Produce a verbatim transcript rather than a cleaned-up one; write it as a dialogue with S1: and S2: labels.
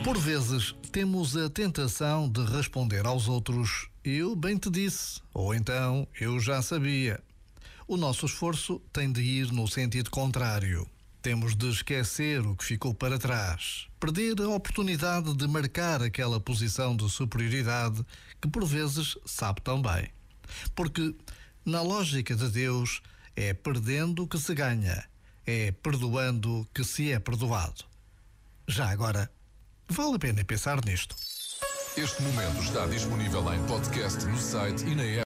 S1: Por vezes, temos a tentação de responder aos outros: "Eu bem te disse", ou então "eu já sabia". O nosso esforço tem de ir no sentido contrário. Temos de esquecer o que ficou para trás, perder a oportunidade de marcar aquela posição de superioridade que por vezes sabe tão bem. Porque, na lógica de Deus, é perdendo que se ganha, é perdoando que se é perdoado. Já agora, vale a pena pensar nisto.
S2: Este momento está disponível em podcast no site e na app.